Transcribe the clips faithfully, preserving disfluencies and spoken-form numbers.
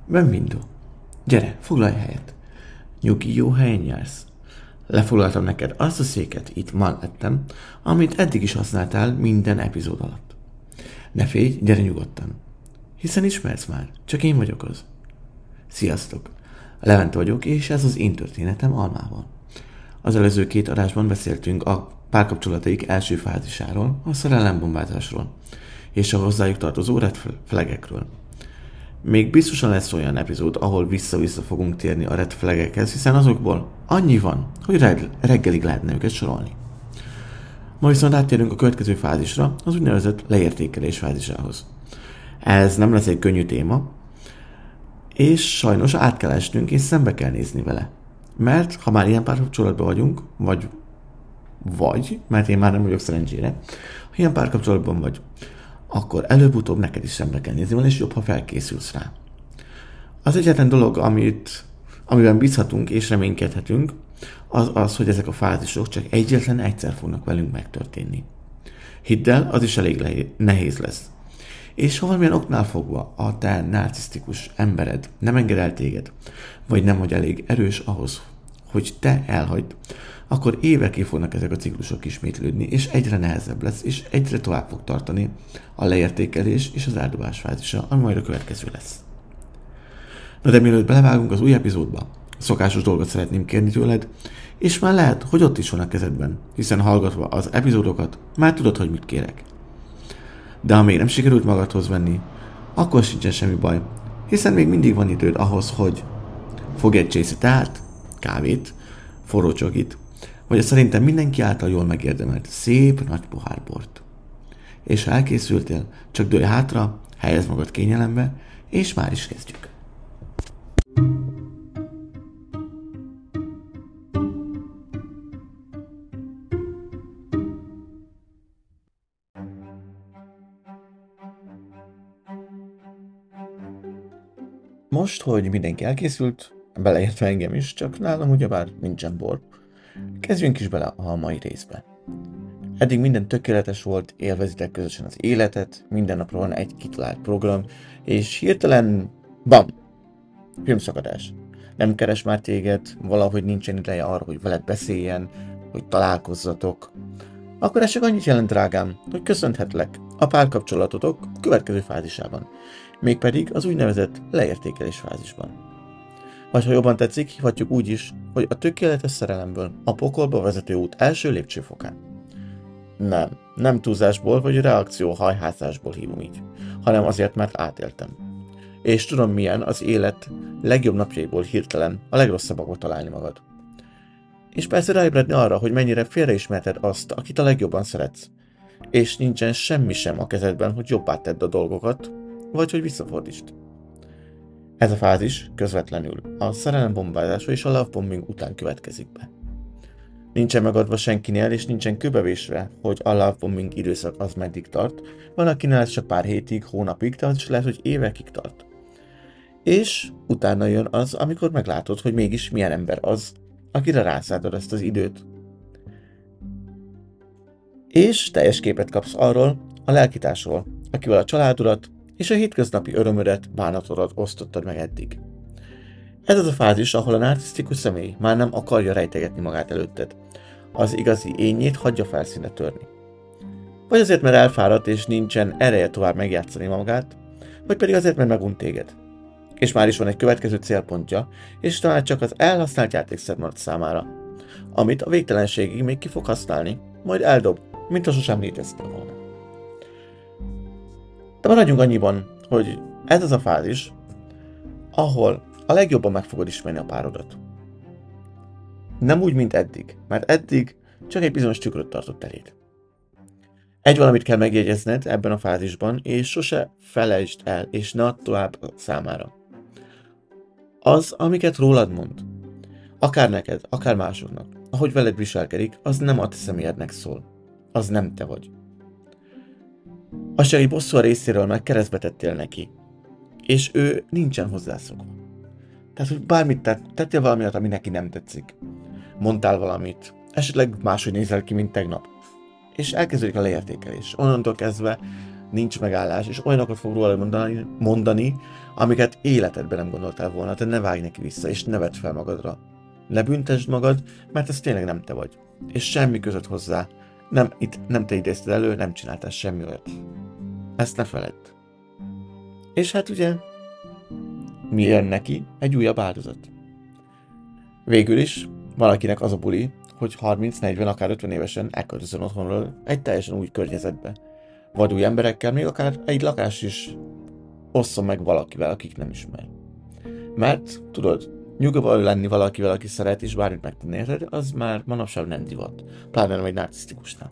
Benvindo. Gyere, foglalj helyet. Nyugi, jó helyen jársz. Lefoglaltam neked azt a széket itt mellettem, amit eddig is használtál minden epizód alatt. Ne félj, gyere nyugodtan. Hiszen ismersz már, csak én vagyok az. Sziasztok! Levente vagyok, és ez az én történetem Almával. Az előző két adásban beszéltünk a párkapcsolataik első fázisáról, a szerelembombázásról, és a hozzájuk tartozó red flagekről. Még biztosan lesz olyan epizód, ahol vissza-vissza fogunk térni a red flagekhez, hiszen azokból annyi van, hogy reggelig lehetne őket sorolni. Ma viszont áttérünk a következő fázisra, az úgynevezett leértékelés fázisához. Ez nem lesz egy könnyű téma, és sajnos át kell esnünk, és szembe kell nézni vele. Mert ha már ilyen párkapcsolatban vagyunk, vagy, vagy, mert én már nem vagyok szerencsére, ha ilyen párkapcsolatban vagy, akkor előbb-utóbb neked is szembe kell nézni vele, és jobb, ha felkészülsz rá. Az egyetlen dolog, amit, amiben bízhatunk és reménykedhetünk, az az, hogy ezek a fázisok csak egyetlen egyszer fognak velünk megtörténni. Hidd el, az is elég le- nehéz lesz. És ha valamilyen oknál fogva a te narcisztikus embered nem enged el téged, vagy nem vagy elég erős ahhoz, hogy te elhagyd, akkor évekig fognak ezek a ciklusok ismétlődni, és egyre nehezebb lesz, és egyre tovább fog tartani a leértékelés és az eldobás fázisa, ami majd a következő lesz. Na de mielőtt belevágunk az új epizódba, szokásos dolgot szeretném kérni tőled, és már lehet, hogy ott is van a kezedben, hiszen hallgatva az epizódokat, már tudod, hogy mit kérek. De ha még nem sikerült magadhoz venni, akkor sincsen semmi baj, hiszen még mindig van időd ahhoz, hogy fogj egy csésze teát, kávét, forró csokit, vagy a szerintem mindenki által jól megérdemelt szép nagy pohár bort. És ha elkészültél, csak dőlj hátra, helyezd magad kényelembe, és már is kezdjük. Most, hogy mindenki elkészült, beleértve engem is, csak nálam ugyebár nincsen bor, kezdjünk is bele a mai részbe. Eddig minden tökéletes volt, élvezitek közösen az életet, minden napra van egy kitalált program, és hirtelen, bam! Filmszakadás. Nem keres már téged, valahogy nincsen ideje arra, hogy veled beszéljen, hogy találkozzatok. Akkor ez csak annyit jelent, drágám, hogy köszönhetlek a párkapcsolatotok következő fázisában, mégpedig az úgynevezett leértékelés fázisban. Vagy ha jobban tetszik, hívhatjuk úgy is, hogy a tökéletes szerelemből a pokolba vezető út első lépcsőfokán. Nem, nem túlzásból vagy reakció hajhászásból hívom így, hanem azért, mert átéltem. És tudom, milyen az élet legjobb napjaiból hirtelen a legrosszabbakba találni magad. És persze ráébredni arra, hogy mennyire félreismerted azt, akit a legjobban szeretsz, és nincsen semmi sem a kezedben, hogy jobbá tedd a dolgokat, vagy hogy visszafordítsd. Ez a fázis közvetlenül a szerelembombázása és a lovebombing után következik be. Nincsen megadva senkinél, és nincsen kőbevésve, hogy a lovebombing időszak az meddig tart, van akinél ez csak pár hétig, hónapig, de az is lehet, hogy évekig tart. És utána jön az, amikor meglátod, hogy mégis milyen ember az, akire rászálltad ezt az időt. És teljes képet kapsz arról, a lelkitársról, akivel a családodat és a hétköznapi örömödet, bánatodat osztottad meg eddig. Ez az a fázis, ahol a narcisztikus személy már nem akarja rejtegetni magát előtted. Az igazi énjét hagyja felszínre törni. Vagy azért, mert elfáradt és nincsen ereje tovább megjátszani magát, vagy pedig azért, mert megunt téged. És már is van egy következő célpontja, és talán csak az elhasznált játékszer maradt számára, amit a végtelenségig még ki fog használni, majd eldob, mint ha sosem léteztél volna. De maradjunk annyiban, hogy ez az a fázis, ahol a legjobban meg fogod ismerni a párodat. Nem úgy, mint eddig, mert eddig csak egy bizonyos tükröt tartott eléd. Egy valamit kell megjegyezned ebben a fázisban, és sose felejtsd el, és ne add tovább számára. Az, amiket rólad mond, akár neked, akár másoknak, ahogy veled viselkedik, az nem a te személyednek szól. Az nem te vagy. Az csak egy bosszú a részéről, mert keresztbe tettél neki, és ő nincsen hozzászokva. Tehát, hogy bármit tett, tettél valamit, ami neki nem tetszik. Mondtál valamit, esetleg máshogy nézel ki, mint tegnap. És elkezdődik a leértékelés. Onnantól kezdve nincs megállás, és olyanokat fog róla mondani, mondani, amiket életedben nem gondoltál volna, te ne vágj neki vissza, és ne vedd fel magadra. Ne büntesd magad, mert ez tényleg nem te vagy. És semmi között hozzá. Nem, itt nem te idézted elő, nem csináltál semmi olyat. Ezt ne feledd. És hát ugye, mi jön neki? Egy újabb áldozat. Végül is valakinek az a buli, hogy harminc, negyven, akár ötven évesen elköltözön otthonról egy teljesen új környezetbe. Vagy új emberekkel, még akár egy lakás is osszon meg valakivel, akik nem ismer. Mert, tudod, nyugodtan lenni valakivel, aki szeret, és bármit megtenni érted, az már manapság nem divat. Pláne nem egy narcisztikusnál.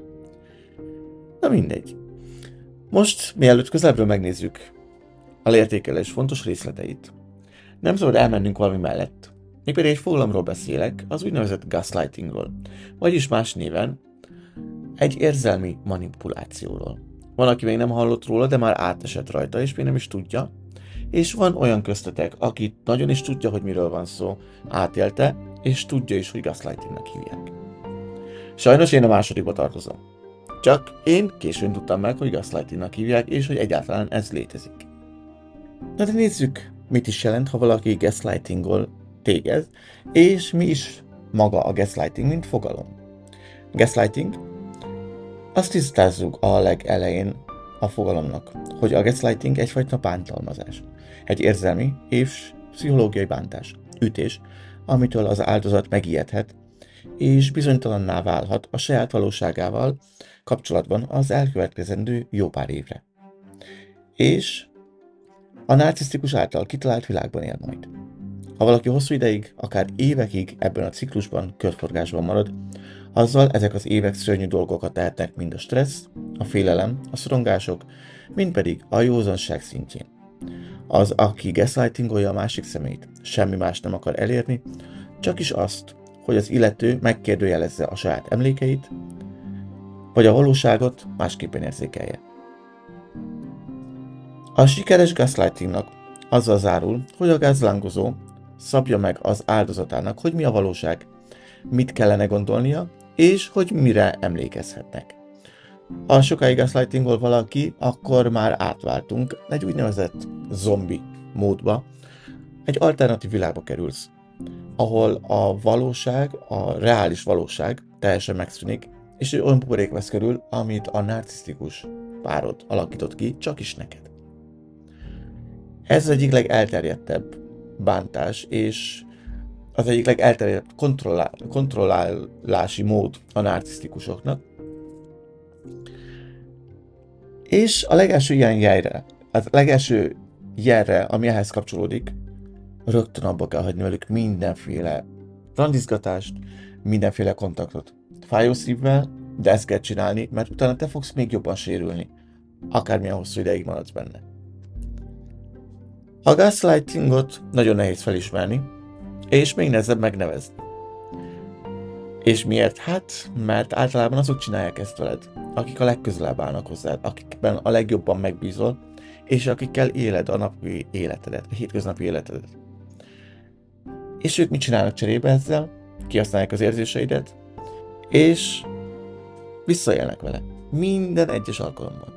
Na mindegy. Most, mielőtt közelebbről megnézzük a leértékelés fontos részleteit, nem szabad elmennünk valami mellett. Még pedig egy fogalomról beszélek, az úgynevezett gaslightingról, vagyis más néven egy érzelmi manipulációról. Van, aki még nem hallott róla, de már átesett rajta, és még nem is tudja, és van olyan köztetek, aki nagyon is tudja, hogy miről van szó, átélte, és tudja is, hogy gaslightingnak hívják. Sajnos én a másodikba tartozom. Csak én későn tudtam meg, hogy gaslightingnak hívják, és hogy egyáltalán ez létezik. Na de nézzük, mit is jelent, ha valaki gaslightingol téged, és mi is maga a gaslighting, mint fogalom. Gaslighting, azt tisztázzuk a legelején a fogalomnak, hogy a gaslighting egyfajta bántalmazás, egy érzelmi és pszichológiai bántás, ütés, amitől az áldozat megijedhet, és bizonytalanná válhat a saját valóságával kapcsolatban az elkövetkezendő jó pár évre. És a narcisztikus által kitalált világban él majd. Ha valaki hosszú ideig, akár évekig ebben a ciklusban, körforgásban marad, azzal ezek az évek szörnyű dolgokat tehetnek mind a stressz, a félelem, a szorongások, mind pedig a józanság szintjén. Az, aki gaslightingolja a másik személyt, semmi más nem akar elérni, csak is azt, hogy az illető megkérdőjelezze a saját emlékeit, vagy a valóságot másképpen érzékelje. A sikeres gaslightingnak azzal zárul, hogy a gázlángozó szabja meg az áldozatának, hogy mi a valóság, mit kellene gondolnia, és hogy mire emlékezhetnek. Ha sokáig gaslightingol valaki, akkor már átváltunk egy úgynevezett zombi módba, egy alternatív világba kerülsz, ahol a valóság, a reális valóság teljesen megszűnik, és olyan buborék vesz körül, amit a narcisztikus párod alakított ki, csak is neked. Ez az egyik legelterjedtebb bántás, és az egyik legelterjedtebb kontrollál, kontrollálási mód a narcisztikusoknak. És a legelső ilyen jelre, a legelső jelre, ami ehhez kapcsolódik, rögtön abba kell hagyni velük mindenféle randizgatást, mindenféle kontaktot. Fájó szívvel, de ezt kell csinálni, mert utána te fogsz még jobban sérülni, akármilyen hosszú ideig maradsz benne. A gaslightingot nagyon nehéz felismerni, és még nehezebb megnevezni. És miért? Hát, mert általában azok csinálják ezt veled, akik a legközelebb állnak hozzád, akikben a legjobban megbízol, és akikkel éled a napi életedet, a hétköznapi életedet. És ők mit csinálnak cserébe ezzel? Kihasználják az érzéseidet, és visszaélnek vele. Minden egyes alkalommal.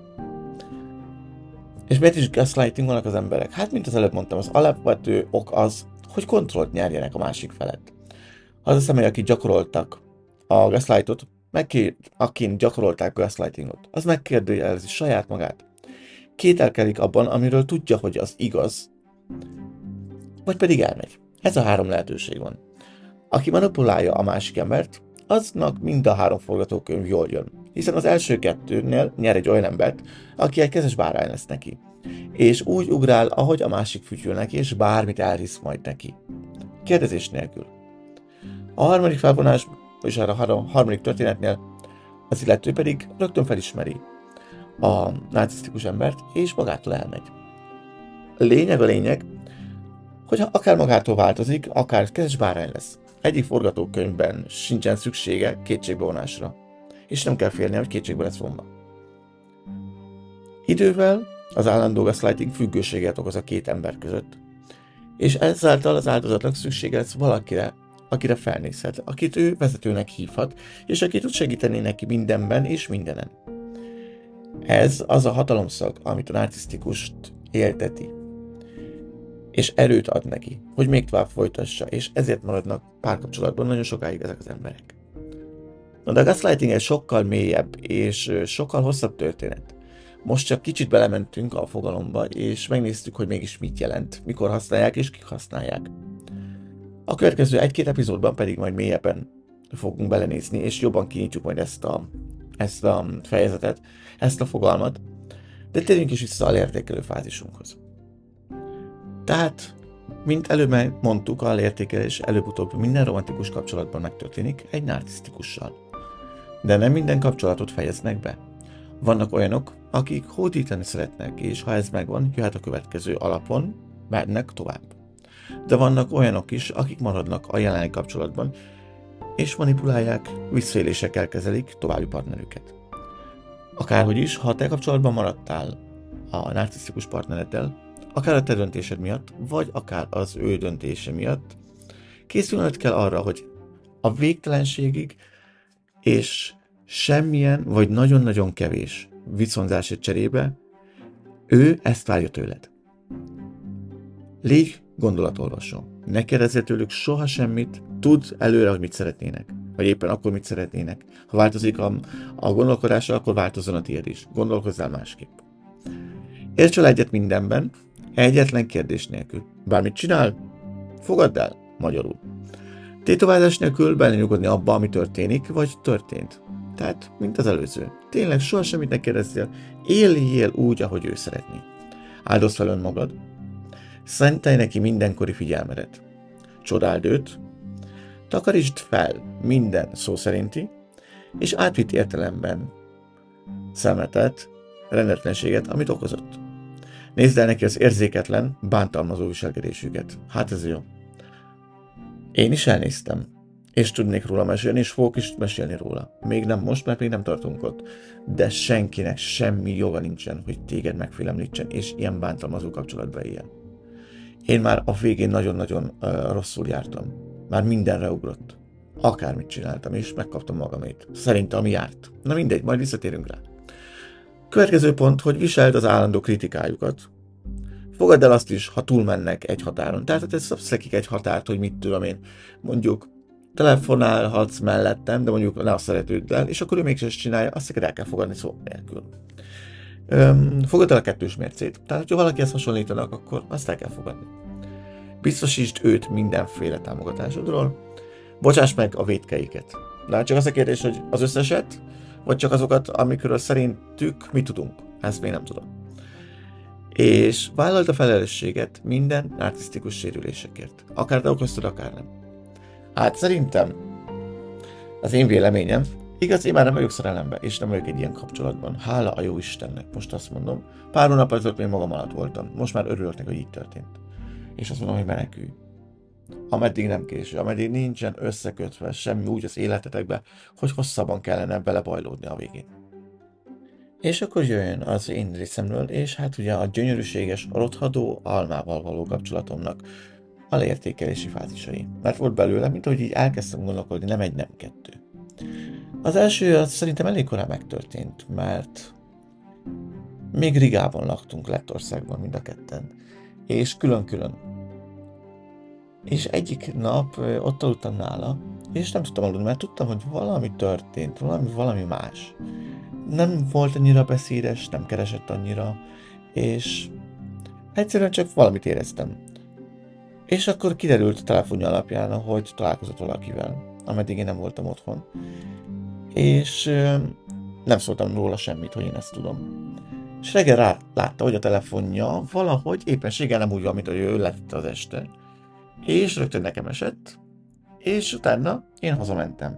És miért is gaslightingolnak az emberek? Hát, mint az előbb mondtam, az alapvető ok az, hogy kontrollt nyerjenek a másik felett. Az a személy, akik gyakoroltak a gaslightot, megkér, akin gyakorolták a gaslightingot, az megkérdőjelezi saját magát. Kételkedik abban, amiről tudja, hogy az igaz, vagy pedig elmegy. Ez a három lehetőség van. Aki manipulálja a másik embert, aznak mind a három forgatókönyv jól jön. Hiszen az első kettőnél nyer egy olyan embert, aki egy kezes bárány lesz neki. És úgy ugrál, ahogy a másik fütyül neki, és bármit elhisz majd neki. Kérdezés nélkül. A harmadik felvonás, és a harmadik történetnél az illető pedig rögtön felismeri a narcisztikus embert, és magától elmegy. A lényeg a lényeg, hogy akár magától változik, akár kezes bárány lesz. Egyik forgatókönyvben sincsen szüksége kétségbevonásra, és nem kell félnie, hogy kétségbe lesz vonva. Idővel az állandó gaslighting függőséget okoz a két ember között, és ezáltal az áldozatnak szüksége lesz valakire, akire felnézhet, akit ő vezetőnek hívhat, és aki tud segíteni neki mindenben és mindenen. Ez az a hatalomszag, amit a narcisztikust élteti, és erőt ad neki, hogy még tovább folytassa, és ezért maradnak párkapcsolatban nagyon sokáig ezek az emberek. Na de a gaslighting egy sokkal mélyebb és sokkal hosszabb történet. Most csak kicsit belementünk a fogalomba, és megnéztük, hogy mégis mit jelent, mikor használják és kik használják. A következő egy-két epizódban pedig majd mélyebben fogunk belenézni, és jobban kinyitjuk majd ezt a, ezt a fejezetet, ezt a fogalmat, de térjünk is vissza a értékelő fázisunkhoz. Tehát, mint előbb mondtuk, a értékelés előbb-utóbb minden romantikus kapcsolatban megtörténik egy narcisztikussal. De nem minden kapcsolatot fejeznek be. Vannak olyanok, akik hódítani szeretnek, és ha ez megvan, jöhet a következő alapon, mennek tovább. De vannak olyanok is, akik maradnak a jelenlegi kapcsolatban, és manipulálják, visszaélésekkel kezelik további partnerüket. Akárhogy is, ha te kapcsolatban maradtál a narcisztikus partnereddel, akár a te döntésed miatt, vagy akár az ő döntése miatt, készülnöd kell arra, hogy a végtelenségig és semmilyen, vagy nagyon-nagyon kevés viszonzásért cserébe ő ezt várja tőled. Légy gondolatolvasó. Ne kérdezzél tőlük soha semmit, tudd előre, hogy mit szeretnének. Vagy éppen akkor mit szeretnének. Ha változik a, a gondolkodása, akkor változzon a tiéd is. Gondolkozzál másképp. Érts el egyet mindenben, egyetlen kérdés nélkül. Bármit csinál, fogadd el, magyarul. Tétovázás nélkül belenyugodni abba, ami történik, vagy történt. Tehát, mint az előző. Tényleg soha semmit ne kérdezzél, éljél úgy, ahogy ő szeretné. Áldozz fel önmagad. Szentelj neki mindenkori figyelmedet. Csodáld őt. Takarítsd fel minden szó szerinti, és átvitt értelemben szemetet, rendetlenséget, amit okozott. Nézd el neki az érzéketlen, bántalmazó viselkedésüket. Hát ez jó. Én is elnéztem, és tudnék róla mesélni, és fogok is mesélni róla. Még nem most, mert még nem tartunk ott. De senkinek semmi joga nincsen, hogy téged megfélemlítsen, és ilyen bántalmazó kapcsolatba éljen. Én már a végén nagyon-nagyon uh, rosszul jártam. Már mindenre ugrott. Akármit csináltam, és megkaptam magamét. Szerintem ami járt. Na mindegy, majd visszatérünk rá. Következő pont, hogy viseld az állandó kritikájukat. Fogadd el azt is, ha túlmennek egy határon. Tehát te szabsz nekik egy határt, hogy mit tudom én. Mondjuk telefonálhatsz mellettem, de mondjuk ne a szeretőddel, és akkor ő mégsem csinálja, azt neked el kell fogadni szó nélkül. Öm, fogadd el a kettős mércét. Tehát, hogyha valaki ezt hasonlítanak, akkor azt el kell fogadni. Biztosítsd őt mindenféle támogatásodról. Bocsáss meg a vétkeiket. Na, csak az a kérdés, hogy az összeset, vagy csak azokat, amikről szerintük mi tudunk. Ezt még nem tudom. És vállald a felelősséget minden narcisztikus sérülésekért. Akár te okoztad, akár nem. Hát szerintem, az én véleményem, igaz, én már nem vagyok szerelemben, és nem vagyok egy ilyen kapcsolatban. Hála a jó Istennek, most azt mondom. Pár hónap ezelőtt még magam alatt voltam. Most már örülök neki, hogy így történt. És azt mondom, hogy menekülj. Ameddig nem késő, ameddig nincsen összekötve semmi úgy az életetekbe, hogy hosszabban kellene belebajlódni a végén. És akkor jöjjön az én részemről, és hát ugye a gyönyörűséges, rothadó almával való kapcsolatomnak a leértékelési fázisai. Mert volt belőle, mint ahogy így elkezdtem gondolkodni, nem egy, nem kettő. Az első az szerintem elég korán megtörtént, mert még Rigában laktunk, Lettországban mind a ketten, és külön-külön. És egyik nap ott aludtam nála, és nem tudtam aludni, mert tudtam, hogy valami történt, valami, valami más. Nem volt annyira beszédes, nem keresett annyira, és egyszerűen csak valamit éreztem. És akkor kiderült a telefonja alapján, hogy találkozott valakivel, ameddig én nem voltam otthon. És nem szóltam róla semmit, hogy én ezt tudom. És reggel rá látta, hogy a telefonja valahogy éppenséggel nem úgy van, mint hogy ő lett az este. És rögtön nekem esett, és utána én hazamentem.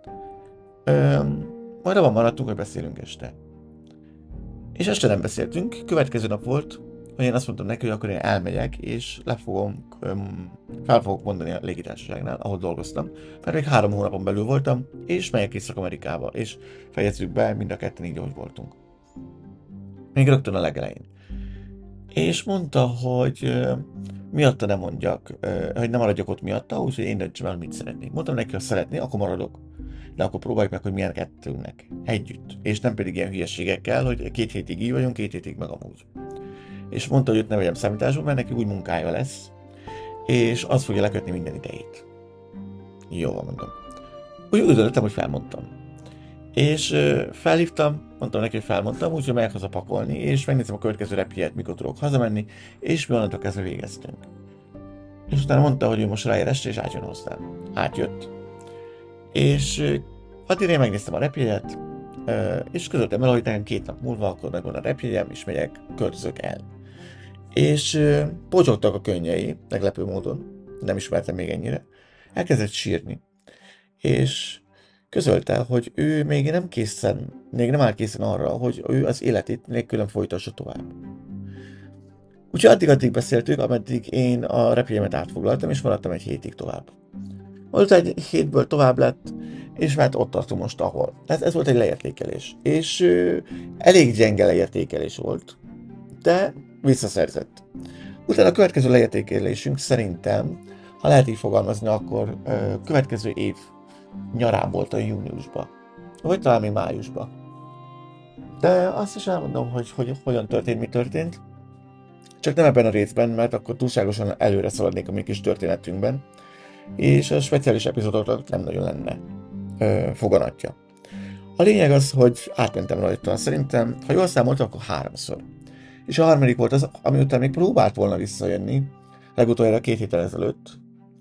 Öm, majd abban maradtunk, hogy beszélünk este. És este nem beszéltünk, következő nap volt, hogy én azt mondtam neki, hogy akkor én elmegyek, és le fogom, öm, fel fogok mondani a légitársaságnál, ahol dolgoztam, mert még három hónapon belül voltam, és megyek Észak-Amerikába, és fejezzük be mind a ketten így, ahogy voltunk. Még rögtön a legelején. És mondta, hogy uh, miatta nem mondjak, uh, hogy nem maradjak ott miatta, úgyhogy én döntsem el, mit szeretnék. Mondtam neki, ha szeretné, akkor maradok. de akkor próbáljuk meg, hogy milyen kettőnknek együtt. És nem pedig ilyen hülyeségekkel, hogy két hétig így vagyunk, két hétig meg amúgy. És mondta, hogy őt ne vegyem számításba, mert neki úgy munkája lesz, és az fogja lekötni minden idejét. Jó, mondom. Úgy üdvözöltem, hogy felmondtam. És uh, felhívtam, mondtam neki, hogy felmondtam, úgyhogy megyek haza pakolni, és megnézem a következő repjegyet, mikor tudok hazamenni, és mi onnantól kezdve végeztünk. És utána mondta, hogy ő most ráér este, és átjön hozzám. Átjött. És uh, addig én megnéztem a repjegyet, uh, és közöltem el, hogy nekem két nap múlva akkor megvan a repjegyem, és megyek, költözök el. És uh, potyogtak a könnyei, meglepő módon, nem ismertem még ennyire. Elkezdett sírni. És közölte, hogy ő még nem készen, még nem áll készen arra, hogy ő az életét nélkülön folytassa tovább. Úgyhogy addig-addig beszéltük, ameddig én a repjegyemet átfoglaltam, és maradtam egy hétig tovább. Majd egy hétből tovább lett, és már ott tartunk most, ahol. Ez, ez volt egy leértékelés. És ö, elég gyenge leértékelés volt, de visszaszerzett. Utána a következő leértékelésünk szerintem, ha lehet így fogalmazni, akkor ö, következő év nyarán volt a júniusban, vagy talán még májusban. De azt is elmondom, hogy, hogy hogyan történt, mi történt. Csak nem ebben a részben, mert akkor túlságosan előre szaladnék a mi kis történetünkben, és a speciális epizódoknak nem nagyon lenne ö, foganatja. A lényeg az, hogy átmentem rajta. Szerintem, ha jól számoltam, akkor háromszor. És a harmadik volt az, ami után még próbált volna visszajönni, legutoljára két héttel ezelőtt.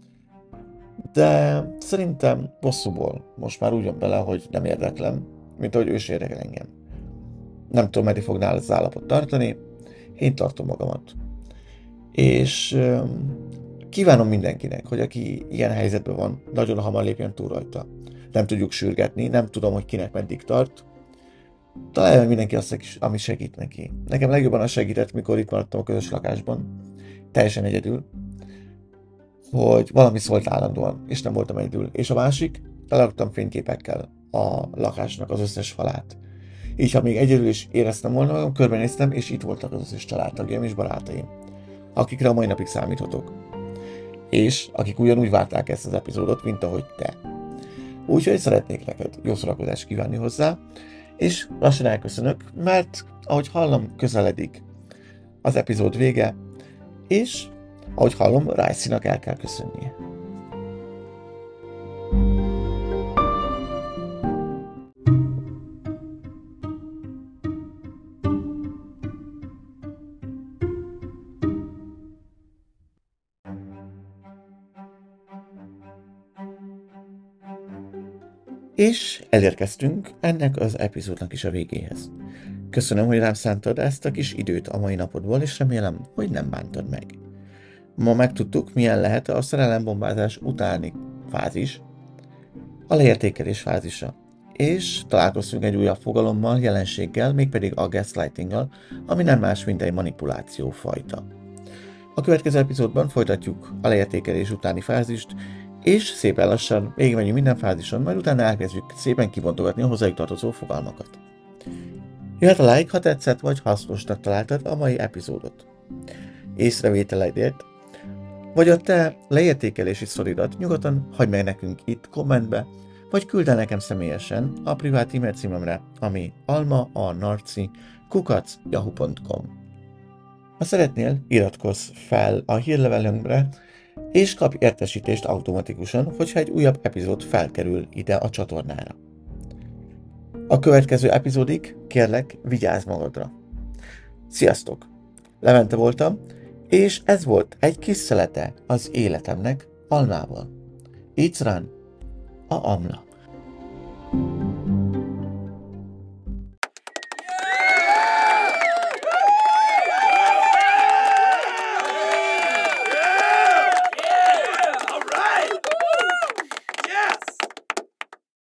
De szerintem bosszúból most már úgy jön bele, hogy nem érdeklem, mint ahogy ő is érdekel engem. Nem tudom, meddig fog nála az állapot tartani, én tartom magamat. És um, kívánom mindenkinek, hogy aki ilyen helyzetben van, nagyon hamar lépjen túl rajta. Nem tudjuk sürgetni, nem tudom, hogy kinek meddig tart. Találja meg mindenki azt, ami segít neki. Nekem legjobban az segített, mikor itt maradtam a közös lakásban, teljesen egyedül, hogy valami szólt állandóan, és nem voltam egyedül. És a másik, leraktam fényképekkel a lakásnak az összes falát. Így, ha még egyedül is éreztem volna magam, körbenéztem, és itt voltak az összes családtagjaim és barátaim, akikre a mai napig számíthatok. És akik ugyanúgy várták ezt az epizódot, mint ahogy te. Úgyhogy szeretnék neked jó szórakozást kívánni hozzá, és lassan elköszönök, mert ahogy hallom, közeledik az epizód vége, és ahogy hallom, Ricey-nak el kell köszönnie. És elérkeztünk ennek az epizódnak is a végéhez. Köszönöm, hogy rám szántad ezt a kis időt a mai napodból, és remélem, hogy nem bántad meg. Ma megtudtuk, milyen lehet a szerelembombázás utáni fázis, a leértékelés fázisa, és találkoztunk egy újabb fogalommal, jelenséggel, mégpedig a gaslightinggal, ami nem más, mint egy manipuláció fajta. A következő epizódban folytatjuk a leértékelés utáni fázist, és szépen lassan végigmegyünk minden fázison, majd utána elkezdjük szépen kibontogatni a hozzájuk tartozó fogalmakat. Jöhet a like, ha tetszett, vagy hasznosnak találtad a mai epizódot. Észrevételeidért, vagy a te leértékelési sztoridat nyugodtan hagyd meg nekünk itt kommentbe, vagy küld el nekem személyesen a privát e-mail címemre, ami alma.a.narci kukac yahoo pont com. Ha szeretnél, iratkozz fel a hírlevelünkre, és kapj értesítést automatikusan, hogyha egy újabb epizód felkerül ide a csatornára. A következő epizódig kérlek, vigyázz magadra. Sziasztok! Levente voltam, és ez volt egy kis szelete az életemnek Almával. Így rán, a Amla.